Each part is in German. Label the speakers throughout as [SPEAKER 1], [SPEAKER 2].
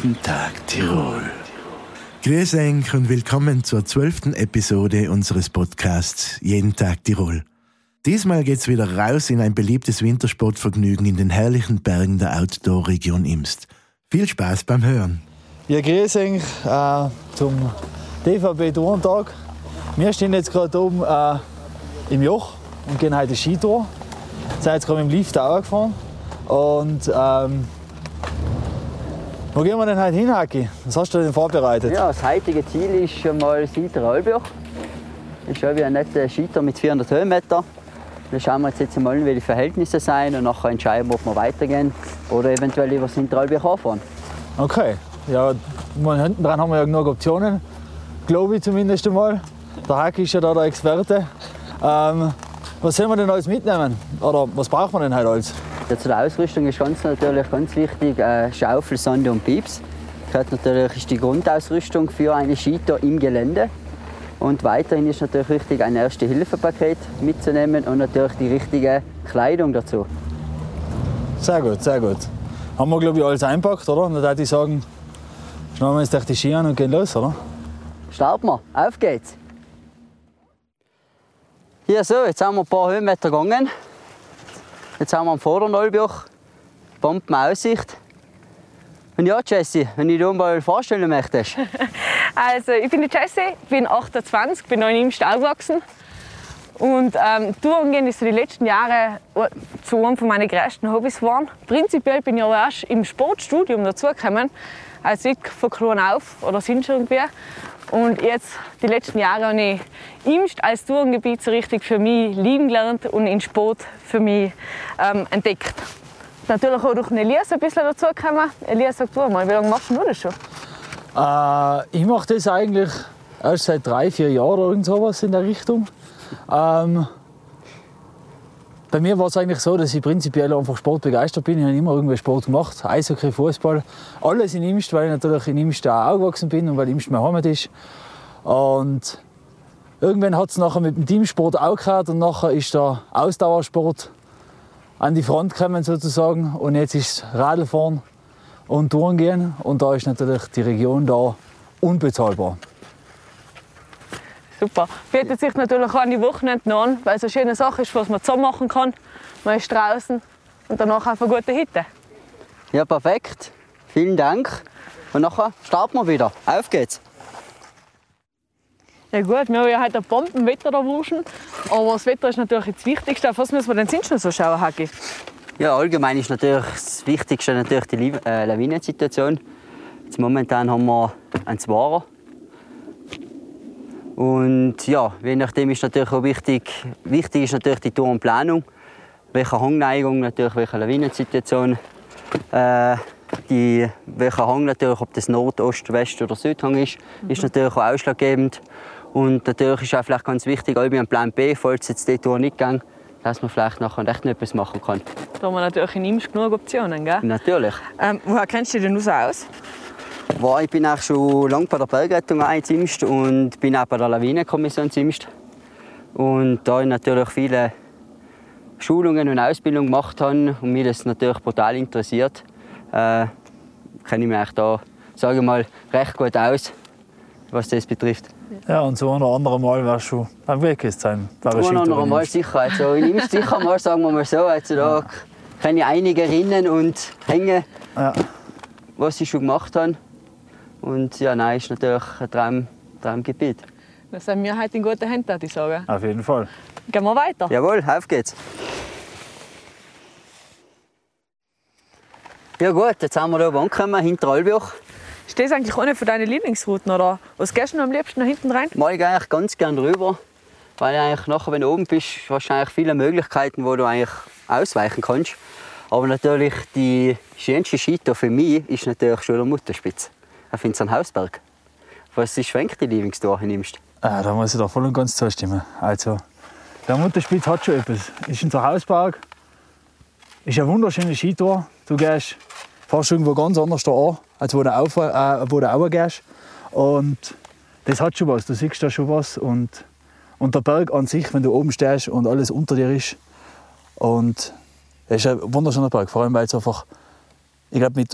[SPEAKER 1] Jeden Tag Tirol. Grüß euch und willkommen zur 12. Episode unseres Podcasts Jeden Tag Tirol. Diesmal geht's wieder raus in ein beliebtes Wintersportvergnügen in den herrlichen Bergen der Outdoor-Region Imst. Viel Spaß beim Hören.
[SPEAKER 2] Ja, grüß euch zum DVB-Tourentag. Wir stehen jetzt gerade oben im Joch und gehen heute Skitour. Wir sind jetzt gerade mit dem Lift auch gefahren. Und wo gehen wir denn heute hin, Haki? Was hast du denn vorbereitet?
[SPEAKER 3] Ja, das heutige Ziel ist schon mal Sinteralbjoch. Das ist schon wieder ein netter Skitour mit 400 Höhenmeter. Dann schauen wir jetzt mal, wie die Verhältnisse sind und nachher entscheiden, ob wir weitergehen oder eventuell über Sinteralbjoch anfahren.
[SPEAKER 2] Okay. Ja, hinten dran haben wir ja genug Optionen. Glaube ich zumindest einmal. Der Haki ist ja da der Experte. Was sollen wir denn alles mitnehmen? Oder was braucht man denn heute alles?
[SPEAKER 3] Ja, zu der Ausrüstung ist natürlich ganz wichtig Schaufel, Sonde und Pieps. Das ist die Grundausrüstung für eine Skitour im Gelände. Und weiterhin ist natürlich wichtig, ein Erste-Hilfe-Paket mitzunehmen und natürlich die richtige Kleidung dazu.
[SPEAKER 2] Sehr gut, sehr gut. Haben wir, glaube ich, alles einpackt, oder? Und dann würde ich sagen, schneiden wir uns die Ski an und gehen los, oder?
[SPEAKER 3] Starten wir, auf geht's! Hier so, jetzt haben wir ein paar Höhenmeter gegangen. Jetzt haben wir am vorderen Albjoch Bombenaussicht. Und ja, Jessie, wenn du dich mal vorstellen möchtest.
[SPEAKER 4] Also, ich bin die Jessie, bin 28, bin noch in Imst aufgewachsen. Und Tourengehen ist so die letzten Jahre zu einem von meinen größten Hobbys geworden. Prinzipiell bin ich aber erst im Sportstudium dazugekommen. Also nicht von klein auf oder sind schon irgendwie. Und jetzt, die letzten Jahre, habe ich Imst als Tourengebiet so richtig für mich lieben gelernt und in Sport für mich entdeckt. Natürlich auch durch Elias ein bisschen dazugekommen. Elias, sag du mal, wie lange machst du das schon?
[SPEAKER 2] Ich mache das eigentlich erst seit 3-4 Jahren oder irgend sowas in der Richtung. Bei mir war es eigentlich so, dass ich prinzipiell einfach sportbegeistert bin. Ich habe immer irgendwie Sport gemacht, Eishockey, Fußball, alles in Imst, weil ich natürlich in Imst auch aufgewachsen bin und weil Imst mein Heimat ist. Und irgendwann hat es nachher mit dem Teamsport auch gehört und nachher ist der Ausdauersport an die Front gekommen sozusagen. Und jetzt ist Radlfahren und Tourengehen und da ist natürlich die Region da unbezahlbar.
[SPEAKER 4] Super. Bietet sich natürlich auch an die Wochenenden an, weil es eine schöne Sache ist, was man zusammen machen kann. Man ist draußen und danach auf eine gute Hütte.
[SPEAKER 3] Ja, perfekt. Vielen Dank. Und nachher starten wir wieder. Auf geht's.
[SPEAKER 4] Ja gut, wir haben ja heute ein Bombenwetter da wuschen, aber das Wetter ist natürlich das Wichtigste. Auf was müssen wir denn sonst noch so schauen, Haki?
[SPEAKER 3] Ja, allgemein ist natürlich das Wichtigste natürlich die Lawinensituation. Jetzt momentan haben wir einen Zwarer. Und ja, je nachdem ist natürlich auch wichtig ist natürlich die Tourenplanung. Welche Hangneigung, natürlich welche Lawinensituation. Welcher Hang natürlich, ob das Nord-, Ost-, West- oder Südhang ist natürlich auch ausschlaggebend. Und natürlich ist auch vielleicht ganz wichtig, einen Plan B, falls jetzt die Tour nicht geht, dass man vielleicht nachher echt noch etwas machen kann.
[SPEAKER 4] Da haben wir natürlich in Imst genug Optionen, gell?
[SPEAKER 3] Natürlich.
[SPEAKER 4] Woher kennst du dich denn so aus?
[SPEAKER 3] Ich bin auch schon lange bei der Bergrettung in Imst und bin auch bei der Lawinenkommission in Imst. Und da ich natürlich viele Schulungen und Ausbildungen gemacht habe und mich das natürlich brutal interessiert, kenne ich mich da, sage ich mal, recht gut aus, was das betrifft.
[SPEAKER 2] Ja, und so ein oder andere Mal wirst du am Weg sein.
[SPEAKER 3] Ein oder andere Mal sicher. Also in Imst sicher mal, sagen wir mal so. Also da kenne ich einige Rinnen und Hänge, was ich schon gemacht habe. Und ja, nein, ist natürlich ein Traumgebiet.
[SPEAKER 4] Da sind wir heute in guten Händen, würde ich sagen.
[SPEAKER 2] Auf jeden Fall.
[SPEAKER 4] Gehen wir weiter?
[SPEAKER 3] Jawohl, auf geht's. Ja gut, jetzt sind wir hier oben angekommen, hinter Albjoch.
[SPEAKER 4] Ist das eigentlich eine von deinen Lieblingsrouten, oder was gehst du noch am liebsten nach hinten rein?
[SPEAKER 3] Mag ich eigentlich ganz gerne rüber, weil eigentlich nachher, wenn du oben bist, wahrscheinlich viele Möglichkeiten, wo du eigentlich ausweichen kannst. Aber natürlich die schönste Skitour für mich ist natürlich schon der Mutterspitz. Ich finde es ein Hausberg. Was ist für die Lieblingstour in Imst?
[SPEAKER 2] Da muss ich da voll und ganz zustimmen. Also, der Mutterspitz hat schon etwas. Ist unser Hausberg, ist eine wunderschöne Skitour. Du fährst irgendwo ganz anders da an, als wo du runtergehst. Und das hat schon was. Du siehst da schon was. Und der Berg an sich, wenn du oben stehst und alles unter dir ist. Und es ist ein wunderschöner Berg. Vor allem, weil es einfach, ich glaube, mit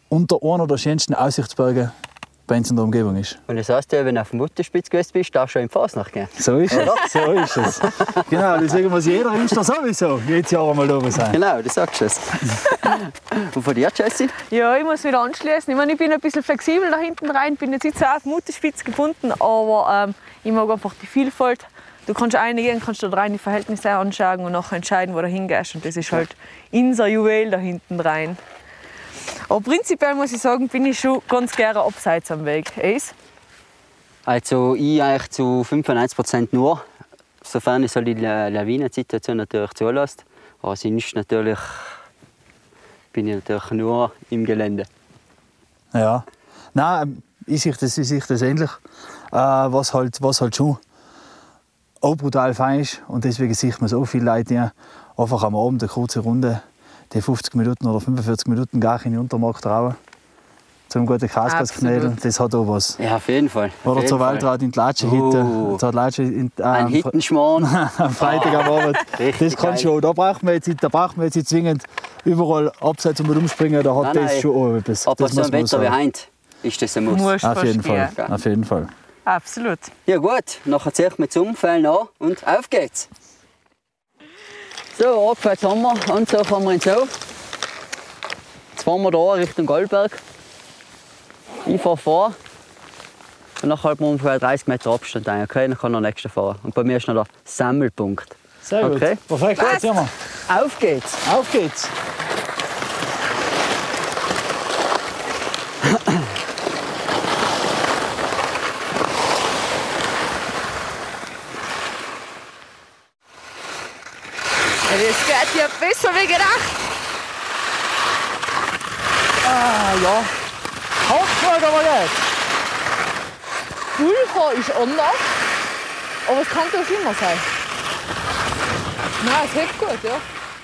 [SPEAKER 2] unter einer der schönsten Aussichtsberge bei uns in der Umgebung ist.
[SPEAKER 3] Und das heisst ja, wenn du auf dem Mutterspitz gewesen bist, darfst du schon im Fasnacht gehen.
[SPEAKER 2] So ist es. So ist es. Genau, deswegen muss jeder Imster sowieso jedes Jahr einmal oben sein.
[SPEAKER 3] Genau, du sagst es. Und von dir, Jessie?
[SPEAKER 4] Ja, ich muss wieder anschließen. Ich meine, ich bin ein bisschen flexibel da hinten rein, bin jetzt nicht so auf Mutterspitze gebunden, aber ich mag einfach die Vielfalt. Du kannst reingehen, kannst dir rein die Verhältnisse anschauen und nachher entscheiden, wo du hingehst. Und das ist halt unser Juwel da hinten rein. Aber prinzipiell muss ich sagen, bin ich schon ganz gerne abseits am Weg. Ace?
[SPEAKER 3] Also ich eigentlich zu 95% nur, sofern es die Lawinensituation natürlich zulässt. Aber sonst natürlich bin ich natürlich nur im Gelände.
[SPEAKER 2] Ja. Nein, ich sehe das ähnlich. Was halt schon auch brutal fein ist. Und deswegen sieht man so viele Leute, die einfach am Abend eine kurze Runde, die 50 Minuten oder 45 Minuten gar in den Untermarkt trauen. Zum guten Kaskas knädeln, das hat auch was.
[SPEAKER 3] Ja, auf jeden Fall.
[SPEAKER 2] Oder zur Waldrad in die Latsche hitten.
[SPEAKER 3] Ein Hittenschmarrn.
[SPEAKER 2] Am Freitag am Abend.
[SPEAKER 3] Richtig
[SPEAKER 2] Das kann schon. Da braucht man jetzt nicht zwingend überall abseits und umspringen. Da hat das schon auch etwas.
[SPEAKER 3] Aber
[SPEAKER 2] Das
[SPEAKER 3] so
[SPEAKER 2] muss
[SPEAKER 3] ein
[SPEAKER 2] man
[SPEAKER 3] Wetter
[SPEAKER 2] sagen.
[SPEAKER 3] wie heute ist das ein Muss.
[SPEAKER 2] Auf jeden Fall. Auf jeden Fall.
[SPEAKER 4] Absolut.
[SPEAKER 3] Ja gut, nachher ziehe ich mir zum Umfallen an und auf geht's. So, abgefahren haben wir, Anzug haben wir in Zoo. Jetzt fahren wir da Richtung Goldberg. Ich fahre vor und dann halten wir ungefähr 30 Meter Abstand ein. Okay, dann kann der nächste fahren. Und bei mir ist noch der Sammelpunkt.
[SPEAKER 2] Sehr gut.
[SPEAKER 3] Okay.
[SPEAKER 2] Perfekt, jetzt sind wir.
[SPEAKER 3] Auf geht's!
[SPEAKER 2] Auf geht's.
[SPEAKER 4] Das geht ja besser wie gedacht.
[SPEAKER 2] Ja. Hauptfrage aber jetzt.
[SPEAKER 4] Pulver ist anders, aber es kann doch schlimmer sein. Nein, es hält gut, ja.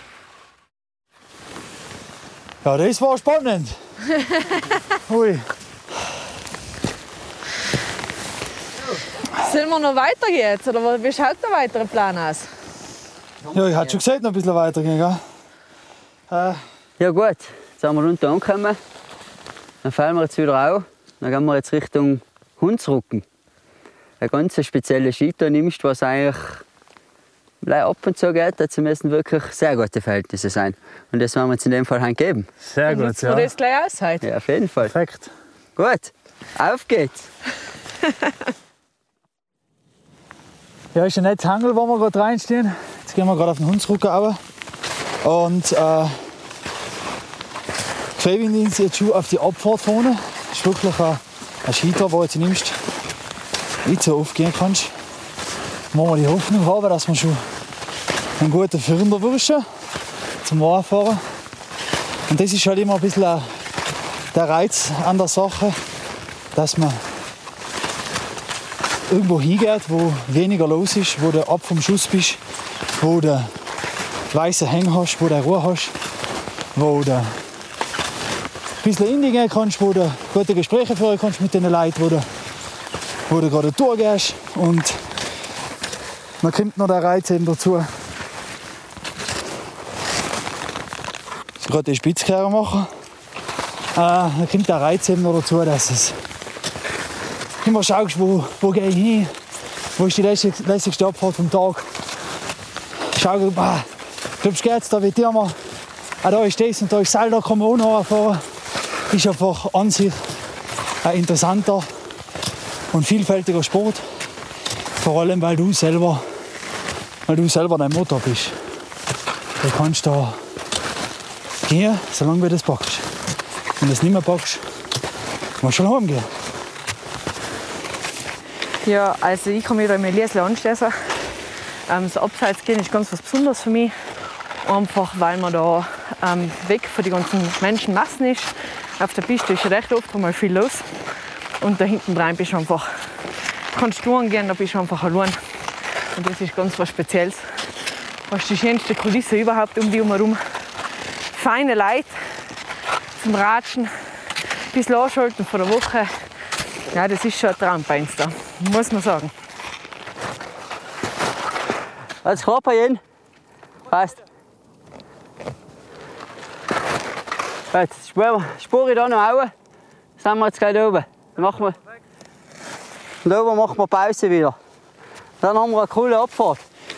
[SPEAKER 2] Ja, das war spannend. Ui.
[SPEAKER 4] Sollen wir noch weitergehen jetzt, oder wie schaut der weitere Plan aus?
[SPEAKER 2] Ja, ich hatte schon gesagt, noch ein bisschen weitergehen. Gell?
[SPEAKER 3] Ja gut, jetzt sind wir unten angekommen. Dann fallen wir jetzt wieder auf. Dann gehen wir jetzt Richtung Hunsrücken. Eine ganz spezielle Skitour nimmst, was eigentlich ab und zu geht. Dazu müssen wirklich sehr gute Verhältnisse sein. Und das werden wir uns in dem Fall heute geben.
[SPEAKER 2] Sehr gut,
[SPEAKER 4] Nutzen wir das gleich aus heute.
[SPEAKER 3] Ja, auf jeden Fall.
[SPEAKER 2] Perfekt.
[SPEAKER 3] Gut, auf geht's.
[SPEAKER 2] Ja, ist ein nettes Hangel, wo wir gerade reinstehen. Jetzt gehen wir gerade auf den Hunsrücken runter. Und freuen uns jetzt schon auf die Abfahrt vorne. Das ist wirklich ein Skitour, wo du nimmst, nicht so oft gehen kannst. Wo wir die Hoffnung haben, dass wir schon einen guten Führer erwischen zum Anfahren. Und das ist halt immer ein bisschen der Reiz an der Sache, dass man irgendwo hingeht, wo weniger los ist, wo du ab vom Schuss bist, wo du weiße Hänge hast, wo du Ruhe hast, wo du ein bisschen in dich gehen kannst, wo du gute Gespräche führen kannst mit den Leuten, wo du gerade durchgehst. Und dann kommt noch der Reiz eben dazu, gerade die Spitzkehrer machen. Dann kommt der Reiz eben noch dazu, dass es immer schaust, wo gehe ich hin, wo ist die lässigste Abfahrt vom Tag. Schau, glaubst du, geht's, da wird immer, da ist das und da ist das, da kann man auch noch fahren. Ist einfach an sich ein interessanter und vielfältiger Sport. Vor allem, weil du selber dein Motor bist. Du kannst da gehen, solange du das packst. Wenn du das nicht mehr packst, musst du schon heimgehen.
[SPEAKER 4] Ja, also ich kann mich da im Eliasle anschließen. So abseits gehen ist ganz was Besonderes für mich. Einfach weil man da weg von den ganzen Menschenmassen ist. Auf der Piste ist recht oft mal viel los. Und da hinten rein bist du einfach, kannst du gehen, da bist du einfach allein. Und das ist ganz was Spezielles. Du hast die schönste Kulisse überhaupt um dich herum. Feine Leute zum Ratschen, ein bisschen anschalten von der Woche. Ja, das ist schon ein Traum bei uns da, muss man sagen.
[SPEAKER 3] Alles klar bei Ihnen? Passt. Jetzt spure ich hier noch raus. Sind wir jetzt gleich oben. Dann machen wir, und oben machen wir Pause wieder. Dann haben wir eine coole Abfahrt.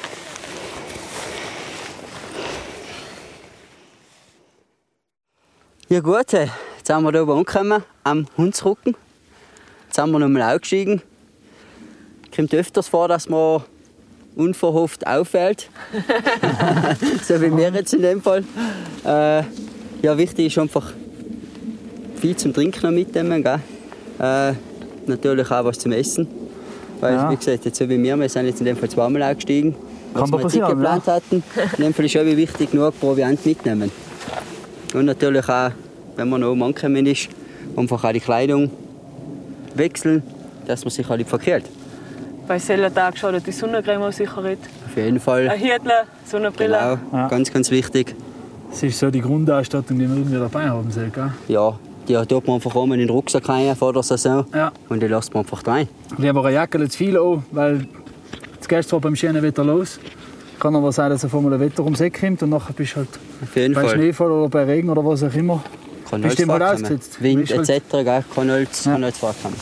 [SPEAKER 3] Ja gut, jetzt sind wir hier oben angekommen, am Hundsrücken. Jetzt sind wir nochmal aufgestiegen. Es kommt öfters vor, dass man unverhofft auffällt. So wie mir jetzt in dem Fall. Ja, wichtig ist einfach viel zum Trinken noch mitnehmen. Gell? Natürlich auch was zum Essen. Weil, ja. Wie gesagt, jetzt so wie wir sind jetzt in dem Fall zweimal aufgestiegen. Was wir jetzt nicht geplant hatten. In dem Fall ist auch wichtig, genug Proviant mitnehmen. Und natürlich auch, wenn man noch oben angekommen ist, einfach auch die Kleidung wechseln, dass man sich auch nicht verkehlt.
[SPEAKER 4] Bei Sellertag schaut die Sonnencreme sicher nicht.
[SPEAKER 3] Auf jeden Fall.
[SPEAKER 4] Ein Hütchen, Sonnenbrille.
[SPEAKER 3] Genau, ja. Ganz, ganz wichtig.
[SPEAKER 2] Das ist so die Grundausstattung, die man irgendwie dabei haben soll, gell?
[SPEAKER 3] Ja, die tut man einfach oben in den Rucksack rein vor der Saison.
[SPEAKER 2] Ja.
[SPEAKER 3] Und die lässt man einfach rein.
[SPEAKER 2] Ich habe eine Jacke zu viel an, weil jetzt gehst du zwar beim schönen Wetter los. Kann aber sein, dass auf einmal ein Wetter ums Eck kommt und nachher bist du halt bei Schneefall oder bei Regen oder was auch immer.
[SPEAKER 3] Kann bist du halt ausgesetzt. Wind etc. Kann Holz vorkommen.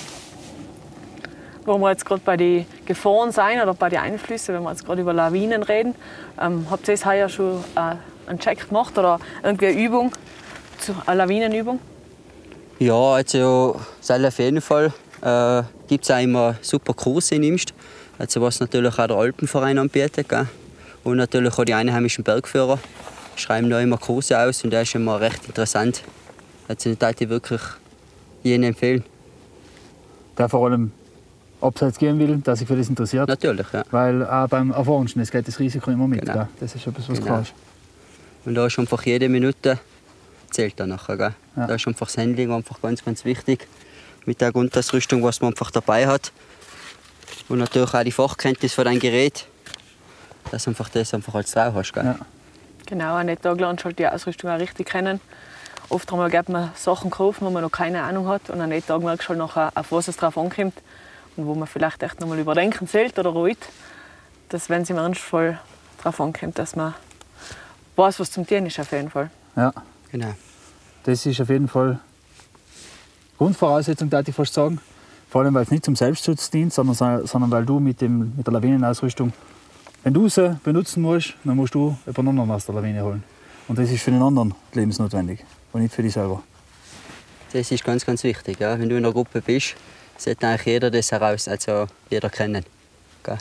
[SPEAKER 4] Wo wir jetzt gerade bei den Gefahren sein oder bei den Einflüssen, wenn wir jetzt gerade über Lawinen reden, habt ihr heuer schon einen Check gemacht oder irgendwie eine Übung, eine Lawinenübung?
[SPEAKER 3] Ja, also auf jeden Fall gibt es auch immer super Kurse in Imst, also was natürlich auch der Alpenverein anbietet. Gell? Und natürlich auch die einheimischen Bergführer schreiben da immer Kurse aus und das ist immer recht interessant. Also das würde ich wirklich jedem empfehlen.
[SPEAKER 2] Der vor allem abseits gehen will, der sich für das interessiert.
[SPEAKER 3] Natürlich, ja.
[SPEAKER 2] Weil auch beim Erfahrensten geht das Risiko immer mit. Genau. Das ist etwas, was klar ist.
[SPEAKER 3] Und da ist einfach jede Minute zählt dann nachher. Gell?
[SPEAKER 2] Ja.
[SPEAKER 3] Da ist einfach das Handling einfach ganz, ganz wichtig. Mit der Grundausrüstung, was man einfach dabei hat. Und natürlich auch die Fachkenntnis von deinem Gerät, dass du einfach das einfach als drauf hast. Gell?
[SPEAKER 4] Ja. Genau, an den Tag lernst du halt die Ausrüstung auch richtig kennen. Oft einmal gibt man Sachen kaufen, wo man noch keine Ahnung hat. Und an den Tag merkst du halt nachher, auf was es drauf ankommt. Und wo man vielleicht echt noch mal überdenken sollte oder ruhig. Dass, wenn es im Ernstfall drauf ankommt, dass man weiß, was zum Tun ist, auf jeden Fall.
[SPEAKER 2] Ja,
[SPEAKER 3] genau.
[SPEAKER 2] Das ist auf jeden Fall Grundvoraussetzung, würde ich fast sagen. Vor allem, weil es nicht zum Selbstschutz dient, sondern weil du mit der Lawinenausrüstung, wenn du sie benutzen musst, dann musst du jemand anderen aus der Lawine holen. Und das ist für den anderen lebensnotwendig und nicht für dich selber.
[SPEAKER 3] Das ist ganz, ganz wichtig. Ja? Wenn du in einer Gruppe bist, sollte eigentlich jeder das heraus, also jeder kennen. Gell?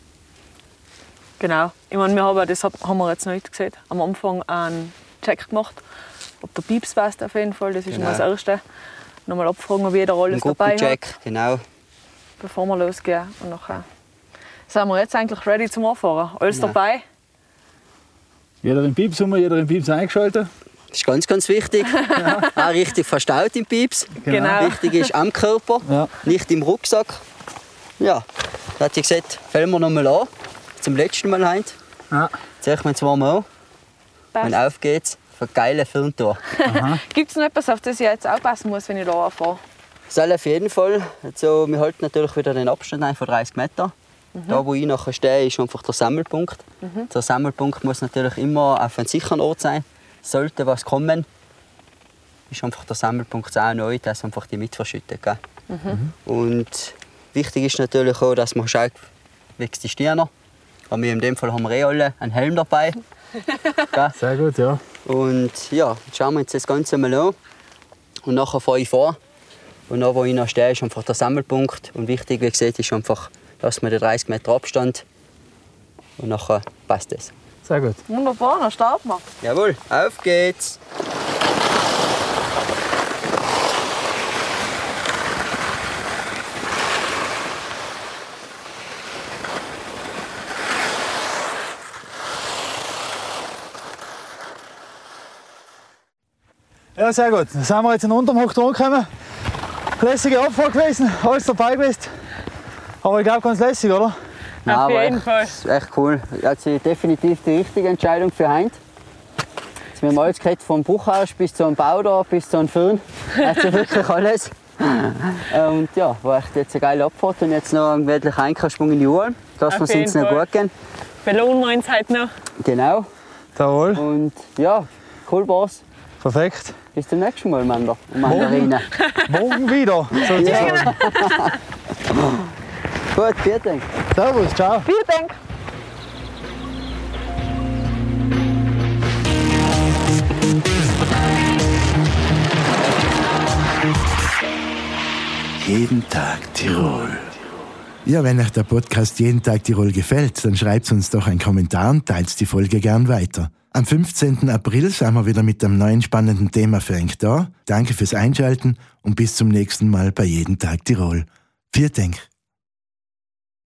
[SPEAKER 4] Genau. Ich meine, das haben wir jetzt noch nicht gesehen. Am Anfang einen Check gemacht, ob der Pieps passt auf jeden Fall. Das ist immer das Erste. Nochmal abfragen, ob jeder alles dabei hat.
[SPEAKER 3] Genau.
[SPEAKER 4] Bevor wir losgehen. Und nachher sind wir jetzt eigentlich ready zum Anfahren. Alles dabei.
[SPEAKER 2] Jeder im Pieps rum, jeder im Pieps eingeschaltet.
[SPEAKER 3] Das ist ganz, ganz wichtig. Ja. Auch richtig verstaut im Pieps.
[SPEAKER 4] Genau.
[SPEAKER 3] Wichtig ist am Körper, nicht im Rucksack. Ja, da hat sie gesagt, fällen wir noch mal an. Zum letzten Mal heute.
[SPEAKER 2] Ja.
[SPEAKER 3] Zieh ich mir zweimal an. Und auf geht's. Für geile Filmtour.
[SPEAKER 4] Gibt es noch etwas, auf das ich jetzt aufpassen muss, wenn ich da anfahre?
[SPEAKER 3] Das auf jeden Fall. Also, wir halten natürlich wieder den Abstand ein von 30 Meter. Da, wo ich nachher stehe, ist einfach der Sammelpunkt. Der Sammelpunkt muss natürlich immer auf einem sicheren Ort sein. Sollte was kommen, ist einfach der Sammelpunkt auch neu, dass einfach die mitverschüttet. Und wichtig ist natürlich auch, dass man schaut, wächst die Stirne. Aber in dem Fall haben wir alle einen Helm dabei.
[SPEAKER 2] Sehr gut, ja.
[SPEAKER 3] Und ja, jetzt schauen wir uns das Ganze mal an. Und nachher fahre ich vor. Und da, wo ich noch stehe, ist einfach der Sammelpunkt. Und wichtig, wie gesagt, ist einfach, dass wir den 30 Meter Abstand. Und nachher passt es.
[SPEAKER 2] Sehr gut.
[SPEAKER 4] Wunderbar, dann starten wir.
[SPEAKER 3] Jawohl, auf geht's!
[SPEAKER 2] Ja, sehr gut. Dann sind wir jetzt in Untermhoch angekommen. Lässige Abfahrt gewesen, alles dabei gewesen. Aber ich glaube, ganz lässig, oder?
[SPEAKER 3] Nein,
[SPEAKER 4] auf jeden Fall.
[SPEAKER 3] Das ist echt cool. Also definitiv die richtige Entscheidung für heute. Wir haben alles gehört, vom Buchhaus bis zu einem Bauder, bis zu einem Föhn. Also wirklich alles. Und ja, war echt jetzt eine geile Abfahrt. Und jetzt noch ein gemütlicher Einkaufssprung in die Uhr. Lassen wir es uns noch gut gehen.
[SPEAKER 4] Belohnen wir uns heute noch.
[SPEAKER 3] Genau.
[SPEAKER 2] Jawohl.
[SPEAKER 3] Und ja, cool war's.
[SPEAKER 2] Perfekt.
[SPEAKER 3] Bis zum nächsten Mal, Mander und Mandarine.
[SPEAKER 2] Morgen wieder. Sozusagen.
[SPEAKER 3] Gut, vielen Dank.
[SPEAKER 2] Servus, ciao.
[SPEAKER 4] Vielen Dank.
[SPEAKER 1] Jeden Tag Tirol. Ja, wenn euch der Podcast Jeden Tag Tirol gefällt, dann schreibt uns doch einen Kommentar und teilt die Folge gern weiter. Am 15. April sind wir wieder mit einem neuen spannenden Thema für euch da. Danke fürs Einschalten und bis zum nächsten Mal bei Jeden Tag Tirol. Vielen Dank.